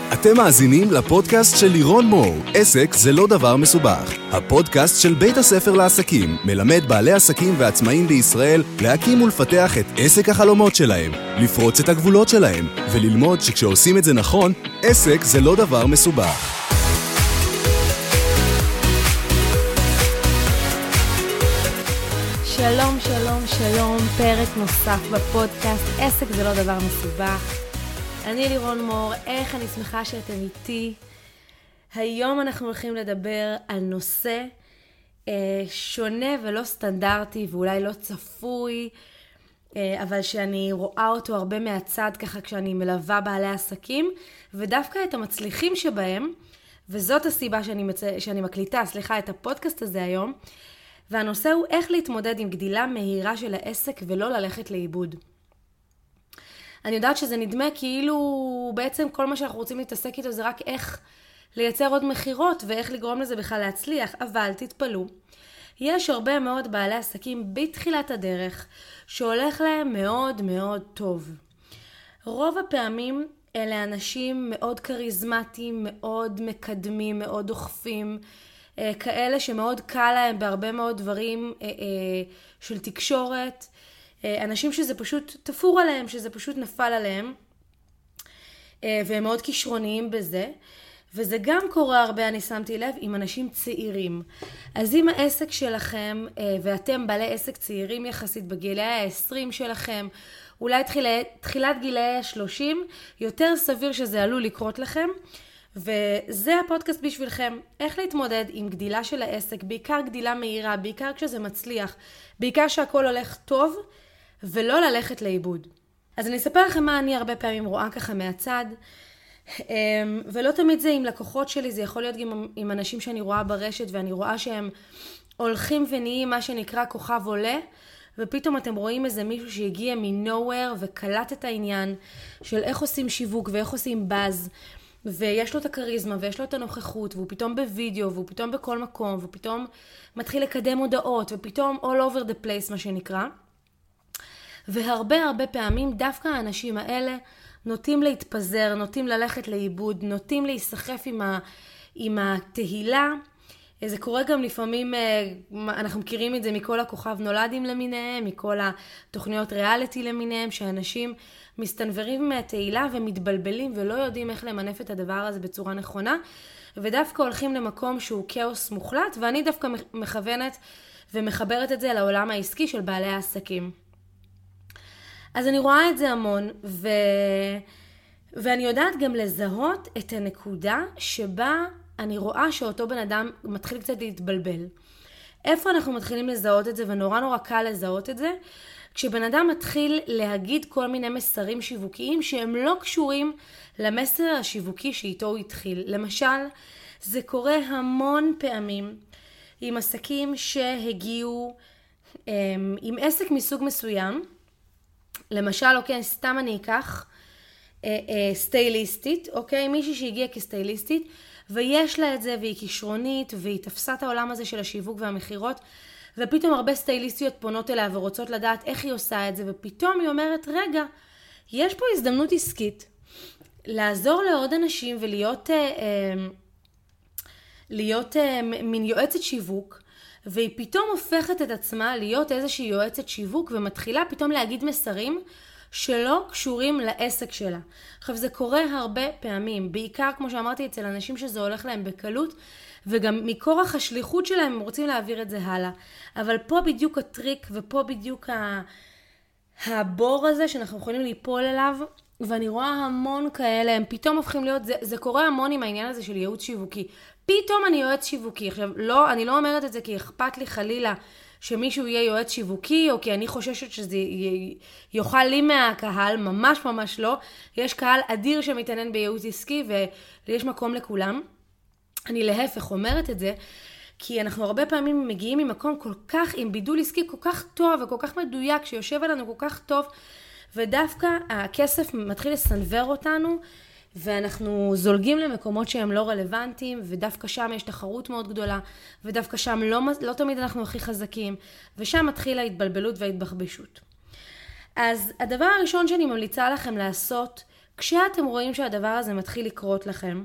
אתם מאזינים לפודקאסט של לירון מור, עסק זה לא דבר מסובך. הפודקאסט של בית הספר לעסקים מלמד בעלי עסקים ועצמאים בישראל להקים ולפתח את עסק החלומות שלהם, לפרוץ את הגבולות שלהם, וללמוד שכשעושים את זה נכון, עסק זה לא דבר מסובך. שלום, שלום, שלום, פרק נוסף בפודקאסט, עסק זה לא דבר מסובך. אני לירון מור, איך אני שמחה שאתם איתי. היום אנחנו הולכים לדבר על נושא שונה ולא סטנדרטי ואולי לא צפוי, אבל שאני רואה אותו הרבה מהצד ככה כשאני מלווה בעלי עסקים, ודווקא את המצליחים שבהם, וזאת הסיבה שאני מקליטה, את הפודקאסט הזה היום, והנושא הוא איך להתמודד עם גדילה מהירה של העסק ולא ללכת לאיבוד. אני יודעת שזה נדמה כאילו בעצם כל מה שאנחנו רוצים להתעסק איתו זה רק איך לייצר עוד מחירות ואיך לגרום לזה בכלל להצליח, אבל תתפלו. יש הרבה מאוד בעלי עסקים בתחילת הדרך שהולך להם מאוד מאוד טוב. רוב הפעמים אלה אנשים מאוד קריזמטיים, מאוד מקדמים, מאוד דוחפים, כאלה שמאוד קל להם בהרבה מאוד דברים של תקשורת, אנשים שזה פשוט תפור עליהם, שזה פשוט נפל עליהם, והם מאוד כישרוניים בזה, וזה גם קורה הרבה, אני שמתי לב, עם אנשים צעירים. אז אם העסק שלכם, ואתם בעלי עסק צעירים יחסית בגילי ה-20 שלכם, אולי תחילת גילי ה-30, יותר סביר שזה עלול לקרות לכם, וזה הפודקאסט בשבילכם, איך להתמודד עם גדילה של העסק, בעיקר גדילה מהירה, בעיקר כשזה מצליח, בעיקר שהכל הולך טוב, ולא ללכת לאיבוד. אז אני אספר לכם מה אני הרבה פעמים רואה ככה מהצד, ולא תמיד זה עם לקוחות שלי, זה יכול להיות גם עם אנשים שאני רואה ברשת, ואני רואה שהם הולכים ונהיים מה שנקרא כוכב עולה, ופתאום אתם רואים איזה מישהו שהגיע מנוהוור וקלט את העניין של איך עושים שיווק ואיך עושים באז, ויש לו את הקריזמה ויש לו את הנוכחות, והוא פתאום בווידאו והוא פתאום בכל מקום, והוא פתאום מתחיל לקדם הודעות, ופתאום all over the place מה שנקרא. והרבה פעמים דווקא האנשים האלה נוטים להתפזר, נוטים ללכת לאיבוד, נוטים להיסחף עם התהילה. זה קורה גם לפעמים, אנחנו מכירים את זה מכל הכוכב נולדים למיניהם, מכל התוכניות ריאליטי למיניהם, שאנשים מסתנברים מהתהילה ומתבלבלים ולא יודעים איך למנף את הדבר הזה בצורה נכונה, ודווקא הולכים למקום שהוא כאוס מוחלט, ואני דווקא מכוונת ומחברת את זה לעולם העסקי של בעלי העסקים. אז אני רואה את זה המון, ואני יודעת גם לזהות את הנקודה שבה אני רואה שאותו בן אדם מתחיל קצת להתבלבל. איפה אנחנו מתחילים לזהות את זה, ונורא קל לזהות את זה, כשבן אדם מתחיל להגיד כל מיני מסרים שיווקיים שהם לא קשורים למסר השיווקי שאיתו הוא התחיל. למשל, זה קורה המון פעמים עם עסקים שהגיעו עם עסק מסוג מסוים, למשל, אוקיי, סתם אני אקח סטייליסטית, אוקיי, מישהי שהגיעה כסטייליסטית, ויש לה את זה, והיא כישרונית, והיא תפסה את העולם הזה של השיווק והמחירות, ופתאום הרבה סטייליסטיות פונות אליה ורוצות לדעת איך היא עושה את זה, ופתאום היא אומרת, רגע, יש פה הזדמנות עסקית, לעזור לעוד אנשים להיות מין יועצת שיווק, והיא פתאום הופכת את עצמה להיות איזושהי יועצת שיווק, ומתחילה פתאום להגיד מסרים שלא קשורים לעסק שלה. עכשיו זה קורה הרבה פעמים, בעיקר כמו שאמרתי אצל אנשים שזה הולך להם בקלות, וגם מכורח השליחות שלהם הם רוצים להעביר את זה הלאה. אבל פה בדיוק הטריק, ופה בדיוק הבור הזה שאנחנו יכולים ליפול אליו, ואני רואה המון כאלה, הם פתאום הופכים להיות, זה קורה המון עם העניין הזה של ייעוץ שיווקי. פתאום אני יועץ שיווקי. עכשיו, לא, אני לא אומרת את זה כי אכפת לי חלילה שמישהו יהיה יועץ שיווקי, או כי אני חוששת שזה יוכל לי מהקהל, ממש לא. יש קהל אדיר שמתעניין בייעוץ עסקי, ויש מקום לכולם. אני להפך אומרת את זה, כי אנחנו הרבה פעמים מגיעים ממקום כל כך, עם בידול עסקי כל כך טוב וכל כך מדויק, שיושב עלינו כל כך טוב, ודווקא הכסף מתחיל לסנבר אותנו, ואנחנו זולגים למקומות שהם לא רלוונטיים, ודווקא שם יש תחרות מאוד גדולה, ודווקא שם לא תמיד אנחנו הכי חזקים, ושם מתחילה ההתבלבלות וההתבחבשות. אז הדבר הראשון שאני ממליצה לכם לעשות, כשאתם רואים שהדבר הזה מתחיל לקרות לכם,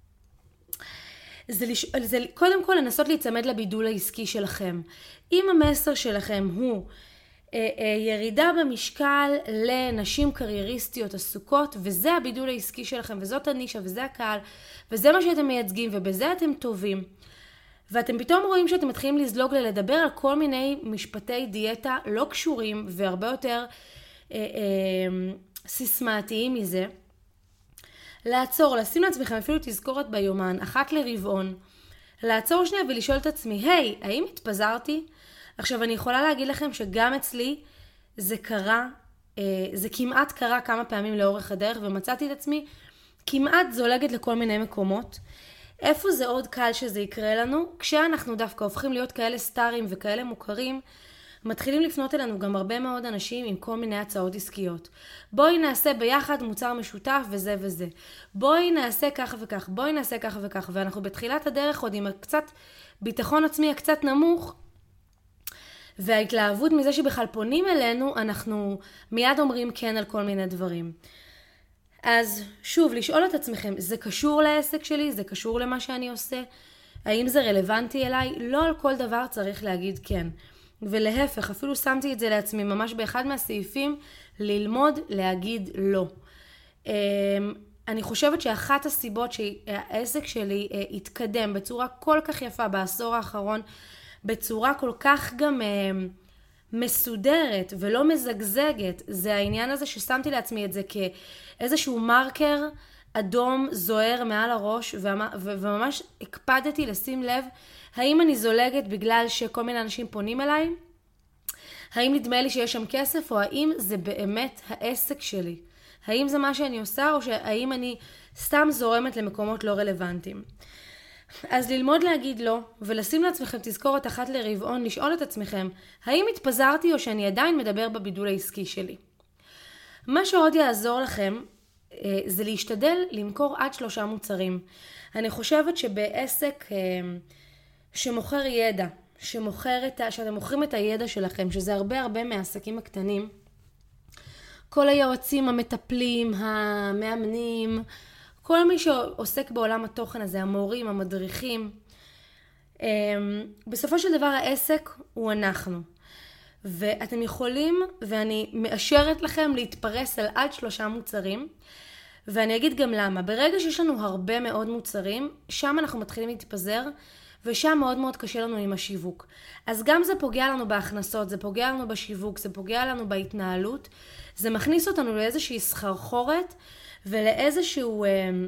זה קודם כל לנסות להיצמד לבידול העסקי שלכם. אם המסר שלכם הוא ירידה במשקל לנשים קרייריסטיות עסוקות, וזה הבידול העסקי שלכם, וזאת הנישה, וזה הקהל, וזה מה שאתם מייצגים, ובזה אתם טובים, ואתם פתאום רואים שאתם מתחילים לזלוג לדבר על כל מיני משפטי דיאטה לא קשורים, והרבה יותר סיסמאתיים מזה, לעצור, לשים לעצמכם אפילו תזכורת ביומן, אחת לרבעון, לעצור שנייה ולשאול את עצמי, היי, האם התפזרתי? עכשיו אני יכולה להגיד לכם שגם אצלי זה קרה, זה כמעט קרה כמה פעמים לאורך הדרך, ומצאתי את עצמי כמעט זולגת לכל מיני מקומות. איפה זה עוד קל שזה יקרה לנו? כשאנחנו דווקא הופכים להיות כאלה סטארים וכאלה מוכרים, מתחילים לפנות אלינו גם הרבה מאוד אנשים עם כל מיני הצעות עסקיות. בואי נעשה ביחד מוצר משותף וזה וזה. בואי נעשה ככה וכך, בואי נעשה ככה וכך. ואנחנו בתחילת הדרך עוד עם קצת ביטחון עצמי קצת נמוך, וההתלהבות מזה שבכלל פונים אלינו, אנחנו מיד אומרים כן על כל מיני דברים. אז שוב, לשאול את עצמכם, זה קשור לעסק שלי? זה קשור למה שאני עושה? האם זה רלוונטי אליי? לא על כל דבר צריך להגיד כן. ולהפך, אפילו שמתי את זה לעצמי ממש באחד מהסעיפים, ללמוד להגיד לא. אני חושבת שאחת הסיבות שהעסק שלי התקדם בצורה כל כך יפה בעשור האחרון, בצורה כל כך גם מסודרת ולא מזגזגת, זה העניין הזה ששמתי לעצמי את זה כאיזשהו מרקר אדום זוהר מעל הראש, וממש הקפדתי לשים לב, האם אני זולגת בגלל שכל מיני אנשים פונים אליי? האם נדמה לי שיש שם כסף, או האם זה באמת העסק שלי? האם זה מה שאני עושה, או האם אני סתם זורמת למקומות לא רלוונטיים? אז ללמוד להגיד לא, ולשים לעצמכם תזכורת אחת לרבעון, לשאול את עצמכם, האם התפזרתי או שאני עדיין מדבר בבידול העסקי שלי? מה שעוד יעזור לכם, זה להשתדל למכור עד 3 מוצרים. אני חושבת שבעסק שמוכר ידע, שאתם מוכרים את הידע שלכם, שזה הרבה מהעסקים הקטנים, כל היועצים, המטפלים, המאמנים, כל מי שעוסק בעולם התוכן הזה, המורים, המדריכים, בסופו של דבר העסק הוא אנחנו. ואתם יכולים, ואני מאשרת לכם להתפרס על עד 3 מוצרים, ואני אגיד גם למה. ברגע שיש לנו הרבה מאוד מוצרים, שם אנחנו מתחילים להתפזר, ושם מאוד קשה לנו עם השיווק. אז גם זה פוגע לנו בהכנסות, זה פוגע לנו בשיווק, זה פוגע לנו בהתנהלות, זה מכניס אותנו לאיזושהי סחרחורת, ולאיזשהו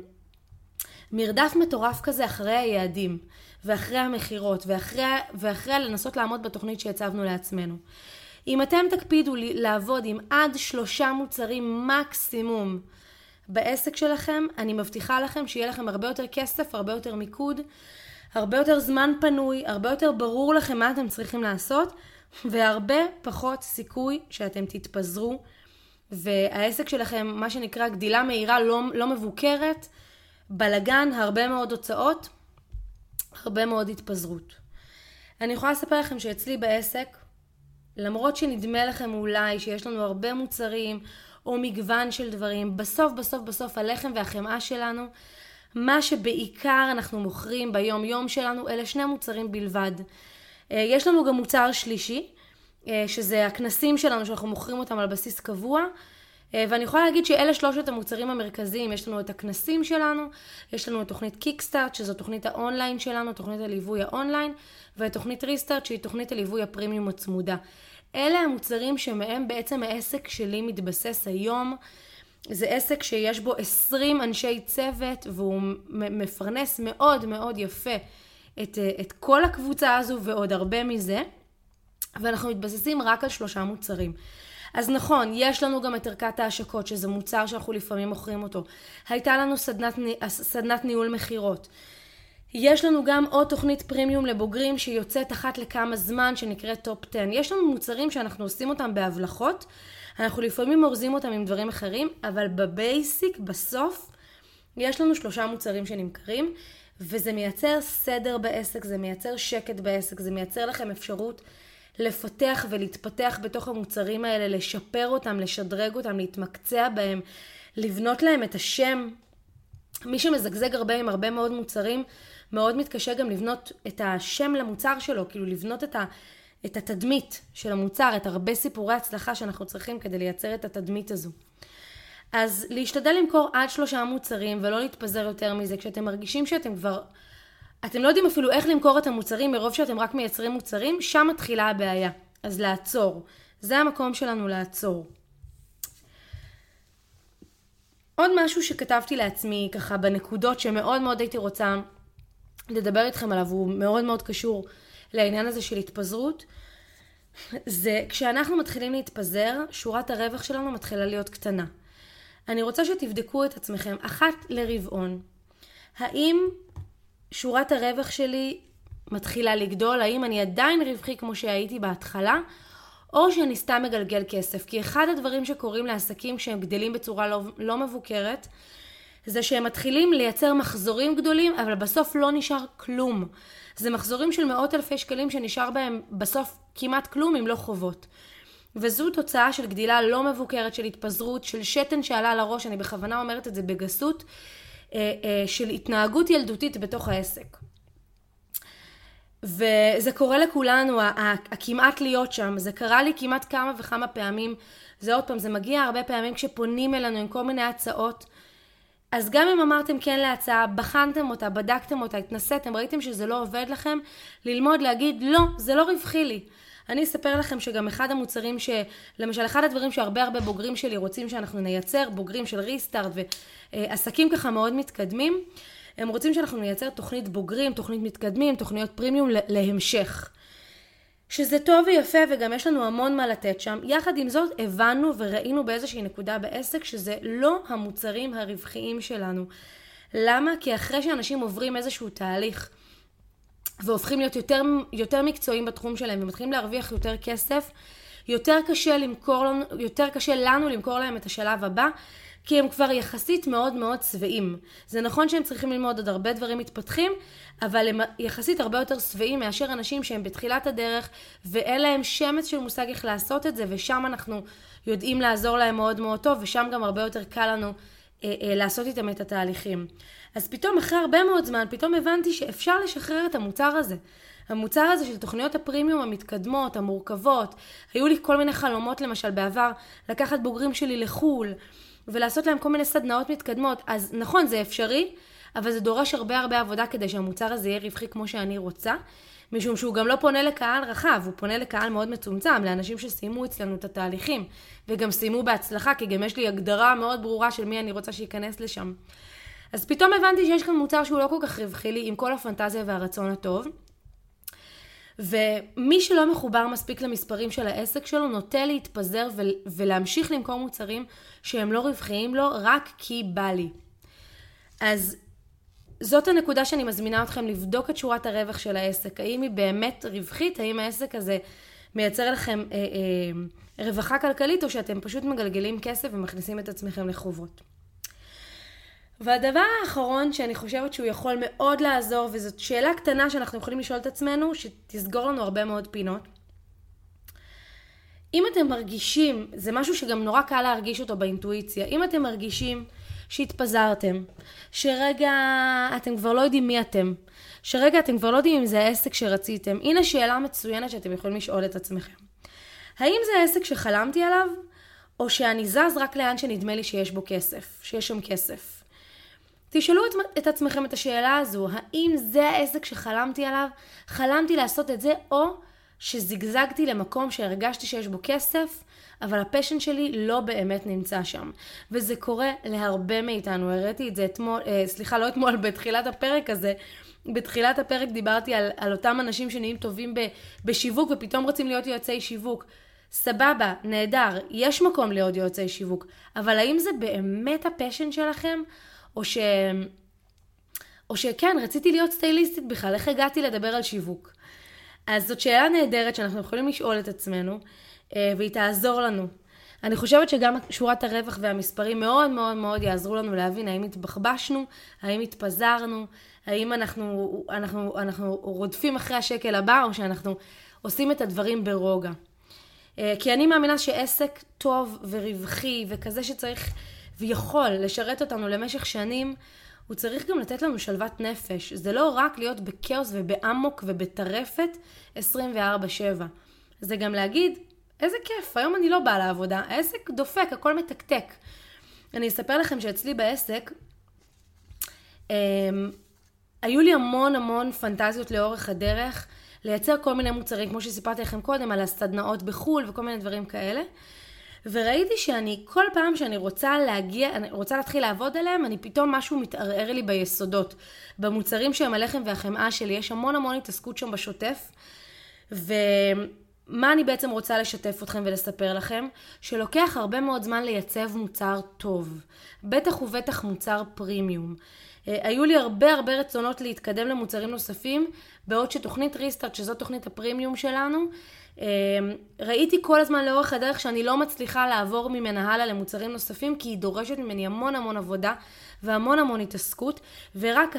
מרדף מטורף כזה אחרי היעדים, ואחרי המחירות, ואחרי לנסות לעמוד בתוכנית שהצבנו לעצמנו. אם אתם תקפידו לעבוד עם עד 3 מוצרים מקסימום בעסק שלכם, אני מבטיחה לכם שיהיה לכם הרבה יותר כסף, הרבה יותר מיקוד, הרבה יותר זמן פנוי, הרבה יותר ברור לכם מה אתם צריכים לעשות, והרבה פחות סיכוי שאתם תתפזרו, והעסק שלכם, מה שנקרא גדילה מהירה, לא מבוקרת, בלגן, הרבה מאוד הוצאות, הרבה מאוד התפזרות. אני יכולה לספר לכם שאצלי בעסק, למרות שנדמה לכם אולי שיש לנו הרבה מוצרים או מגוון של דברים, בסוף הלחם והחמאה שלנו, מה שבעיקר אנחנו מוכרים ביום יום שלנו, אלה 2 מוצרים בלבד. יש לנו גם מוצר שלישי, שזה הכנסים שלנו שאנחנו מוכרים אותם על בסיס קבוע, ואני יכולה להגיד שאלה 3 המוצרים המרכזיים. יש לנו את הכנסים שלנו, יש לנו את תוכנית קיקסטארט, שזו תוכנית האונליין שלנו, תוכנית הליווי האונליין, ואת תוכנית ריסטארט, שהיא תוכנית הליווי הפרימיום הצמודה. אלה המוצרים שמהם בעצם העסק שלי מתבסס היום. זה עסק שיש בו 20 אנשי צוות, והוא מפרנס מאוד יפה את כל הקבוצה הזו ועוד הרבה מזה, ואנחנו מתבססים רק על 3 מוצרים. אז נכון, יש לנו גם את ערכת ההשקות, שזה מוצר שאנחנו לפעמים מוכרים אותו. הייתה לנו סדנת ניהול מחירות. יש לנו גם עוד תוכנית פרימיום לבוגרים שיוצאת אחת לכמה זמן, שנקראת טופ 10. יש לנו מוצרים שאנחנו עושים אותם בהבלחות, אנחנו לפעמים מורזים אותם עם דברים אחרים, אבל בבייסיק, בסוף, יש לנו 3 מוצרים שנמכרים, וזה מייצר סדר בעסק, זה מייצר שקט בעסק, זה מייצר לכם אפשרות לפתח ולהתפתח בתוך המוצרים האלה, לשפר אותם, לשדרג אותם, להתמקצע בהם, לבנות להם את השם. מי שמזגזג הרבה עם הרבה מאוד מוצרים, מאוד מתקשה גם לבנות את השם למוצר שלו, כאילו לבנות את התדמית של המוצר, את הרבה סיפורי הצלחה שאנחנו צריכים כדי לייצר את התדמית הזו. אז להשתדל למכור עד 3 מוצרים ולא להתפזר יותר מזה, כשאתם מרגישים שאתם כבר, אתם לא יודעים אפילו איך למכור את המוצרים, מרוב שאתם רק מייצרים מוצרים, שם מתחילה הבעיה. אז לעצור. זה המקום שלנו לעצור. עוד משהו שכתבתי לעצמי ככה בנקודות שמאוד מאוד הייתי רוצה לדבר איתכם עליו, הוא מאוד מאוד קשור לעניין הזה של התפזרות, זה כשאנחנו מתחילים להתפזר, שורת הרווח שלנו מתחילה להיות קטנה. אני רוצה שתבדקו את עצמכם, אחת לרבעון. האם שורת הרווח שלי מתחילה לגדול? האם אני עדיין רווחי כמו שהייתי בהתחלה? או שאני סתם מגלגל כסף? כי אחד הדברים שקורים לעסקים שהם גדלים בצורה לא מבוקרת, זה שהם מתחילים לייצר מחזורים גדולים, אבל בסוף לא נשאר כלום. זה מחזורים של מאות אלפי שקלים שנשאר בהם בסוף כמעט כלום אם לא חובות. וזו תוצאה של גדילה לא מבוקרת, של התפזרות, של שתן שעלה לראש, אני בכוונה אומרת את זה בגסות, של התנהגות ילדותית בתוך העסק. וזה קורה לכולנו, הכמעט להיות שם, זה קרה לי כמעט כמה וכמה פעמים, זה עוד פעם, זה מגיע הרבה פעמים כשפונים אלינו עם כל מיני הצעות, אז גם אם אמרתם כן להצעה, בחנתם אותה, בדקתם אותה, התנסיתם, ראיתם שזה לא עובד לכם, ללמוד להגיד לא, זה לא רווחי לי. אני אספר לכם שגם אחד המוצרים למשל אחד הדברים שהרבה בוגרים שלי רוצים שאנחנו נייצר, בוגרים של ריסטארט ועסקים ככה מאוד מתקדמים, הם רוצים שאנחנו נייצר תוכנית בוגרים, תוכנית מתקדמים, תוכניות פרימיום להמשך. שזה טוב ויפה וגם יש לנו המון מה לתת שם. יחד עם זאת הבנו וראינו באיזושהי נקודה בעסק שזה לא המוצרים הרווחיים שלנו. למה? כי אחרי שאנשים עוברים איזשהו תהליך והופכים להיות יותר מקצועיים בתחום שלהם ומתחילים להרוויח יותר כסף, יותר קשה לנו למכור להם את השלב הבא, כי הם כבר יחסית מאוד מאוד שבעים. זה נכון שהם צריכים ללמוד עוד הרבה דברים מתפתחים, אבל הם יחסית הרבה יותר שבעים מאשר אנשים שהם בתחילת הדרך, ואין להם שמץ של מושג איך לעשות את זה, ושם אנחנו יודעים לעזור להם מאוד מאוד טוב, ושם גם הרבה יותר קל לנו לעשות איתם את התהליכים. אז פתאום אחרי הרבה מאוד זמן, פתאום הבנתי שאפשר לשחרר את המוצר הזה. המוצר הזה של תוכניות הפרימיום המתקדמות, המורכבות. היו לי כל מיני חלומות למשל בעבר, לקחת בוגרים שלי לחול, ולעשות להם כל מיני סדנאות מתקדמות. אז נכון, זה אפשרי, אבל זה דורש הרבה עבודה כדי שהמוצר הזה יהיה רווחי כמו שאני רוצה, משום שהוא גם לא פונה לקהל רחב, הוא פונה לקהל מאוד מצומצם, לאנשים שסיימו אצלנו את התהליכים, וגם סיימו בהצלחה, כי גם יש לי הגדרה מאוד ברורה של מי אני רוצה שייכנס לשם. אז פתאום הבנתי שיש כאן מוצר שהוא לא כל כך רווחי לי, עם כל הפנטזיה והרצון הטוב, ומי שלא מחובר מספיק למספרים של העסק שלו, נוטה להתפזר ולהמשיך למכור מוצרים שהם לא רווחיים לו, רק כי בא לי. אז זאת הנקודה שאני מזמינה אתכם לבדוק את שורת הרווח של העסק. האם היא באמת רווחית? האם העסק הזה מייצר לכם רווחה כלכלית, או שאתם פשוט מגלגלים כסף ומכניסים את עצמכם לחובות? והדבר האחרון שאני חושבת שהוא יכול מאוד לעזור, וזאת שאלה קטנה שאנחנו יכולים לשאול את עצמנו, שתסגור לנו הרבה מאוד פינות. אם אתם מרגישים, זה משהו שגם נורא קל להרגיש אותו באינטואיציה, אם אתם מרגישים שהתפזרתם, שרגע אתם כבר לא יודעים מי אתם, שרגע אתם כבר לא יודעים אם זה העסק שרציתם, הנה שאלה מצוינת שאתם יכולים לשאול את עצמכם. האם זה העסק שחלמתי עליו, או שאני זז רק לאן שנדמה לי שיש בו כסף, שיש שם כסף? תשאלו את עצמכם את השאלה הזו, האם זה העסק שחלמתי עליו, חלמתי לעשות את זה, או שזגזגתי למקום שהרגשתי שיש בו כסף, אבל הפשן שלי לא באמת נמצא שם. וזה קורה להרבה מאיתנו, הראיתי את זה אתמול, לא אתמול, בתחילת הפרק הזה, בתחילת הפרק דיברתי על אותם אנשים שנהיים טובים בשיווק, ופתאום רוצים להיות יועצי שיווק. סבבה, נהדר, יש מקום להיות יועצי שיווק, אבל האם זה באמת הפשן שלכם? או שכן, רציתי להיות סטייליסטית בכלל, איך הגעתי לדבר על שיווק? אז זאת שאלה נהדרת שאנחנו יכולים לשאול את עצמנו, והיא תעזור לנו. אני חושבת שגם שורת הרווח והמספרים מאוד מאוד מאוד יעזרו לנו להבין האם התבחבשנו, האם התפזרנו, האם אנחנו רודפים אחרי השקל הבא, או שאנחנו עושים את הדברים ברוגע. כי אני מאמינה שעסק טוב ורווחי וכזה שצריך, ויכול לשרת אותנו למשך שנים, הוא צריך גם לתת לנו שלוות נפש. זה לא רק להיות בקאוס ובאמוק ובטרפת 24/7. זה גם להגיד, איזה כיף, היום אני לא באה לעבודה, העסק דופק, הכל מתקתק. אני אספר לכם שאצלי בעסק, היו לי המון פנטזיות לאורך הדרך, לייצר כל מיני מוצרים, כמו שסיפרתי לכם קודם, על הסדנאות בחול וכל מיני דברים כאלה. וראיתי שאני, כל פעם שאני רוצה להתחיל לעבוד עליהם, אני פתאום משהו מתערער לי ביסודות. במוצרים שהם הלחם והחמאה שלי, יש המון התעסקות שם בשוטף. ומה אני בעצם רוצה לשתף אתכם ולספר לכם? שלוקח הרבה מאוד זמן לייצב מוצר טוב. בטח ובטח מוצר פרימיום. היו לי הרבה רצונות להתקדם למוצרים נוספים, בעוד שתוכנית ריסטארט, שזו תוכנית הפרימיום שלנו, ראיתי כל הזמן לאורך הדרך שאני לא מצליחה לעבור ממנה הלאה למוצרים נוספים, כי היא דורשת ממני המון עבודה והמון התעסקות, ורק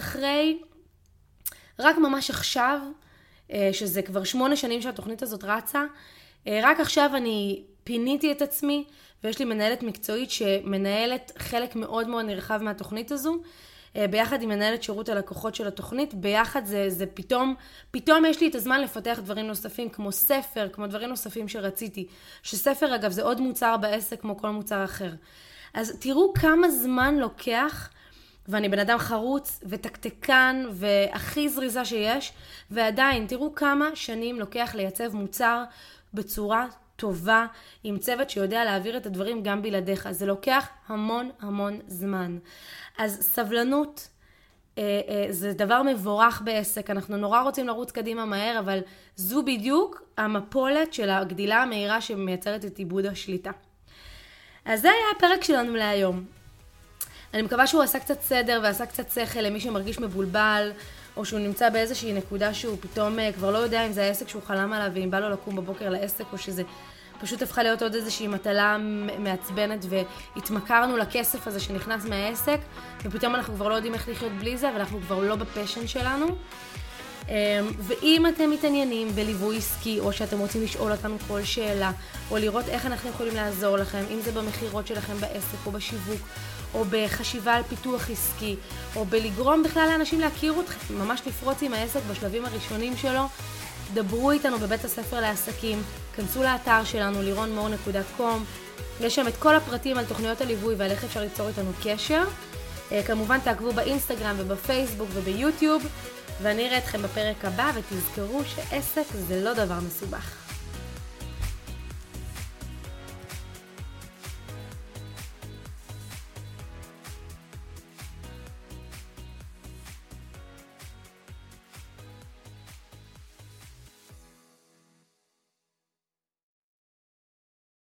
ממש עכשיו, שזה כבר 8 שנים שהתוכנית הזאת רצה, רק עכשיו אני פיניתי את עצמי, ויש לי מנהלת מקצועית שמנהלת חלק מאוד נרחב מהתוכנית הזו, ביחד עם מנהלת שירות הלקוחות של התוכנית, ביחד זה פתאום יש לי את הזמן לפתח דברים נוספים, כמו ספר, כמו דברים נוספים שרציתי, שספר אגב זה עוד מוצר בעסק כמו כל מוצר אחר. אז תראו כמה זמן לוקח, ואני בן אדם חרוץ ותקתקן והכי זריזה שיש, ועדיין תראו כמה שנים לוקח לייצב מוצר בצורה טובה, עם צוות שיודע להעביר את הדברים גם בלעדיך. זה לוקח המון זמן. אז סבלנות זה דבר מבורך בעסק. אנחנו נורא רוצים לרוץ קדימה מהר, אבל זו בדיוק המפולת של הגדילה המהירה שמייצרת את עיבוד השליטה. אז זה היה הפרק שלנו להיום. אני מקווה שהוא עשה קצת סדר ועשה קצת שכל למי שמרגיש מבולבל, או שהוא נמצא באיזושהי נקודה שהוא פתאום כבר לא יודע אם זה העסק שהוא חלם עליו, ואם בא לו לקום בבוקר לעסק, או שזה פשוט הפכה להיות עוד איזושהי מטלה מעצבנת, והתמכרנו לכסף הזה שנכנס מהעסק, ופתאום אנחנו כבר לא יודעים איך לחיות בלי זה, ואנחנו כבר לא בפשן שלנו. ואם אתם מתעניינים בליווי עסקי, או שאתם רוצים לשאול אותנו כל שאלה, או לראות איך אנחנו יכולים לעזור לכם, אם זה במחירות שלכם בעסק או בשיווק, או בחשיבה על פיתוח עסקי, או בלגרום בכלל לאנשים להכיר אתכם, ממש לפרוץ עם העסק בשלבים הראשונים שלו, דברו איתנו בבית הספר לעסקים, כנסו לאתר שלנו lironmor.com, יש שם את כל הפרטים על תוכניות הליווי ועל איך אפשר ליצור איתנו קשר. כמובן תעקבו באינסטגרם ובפייסבוק וביוטיוב, ואני אראה אתכם בפרק הבא, ותזכרו שעסק זה לא דבר מסובך.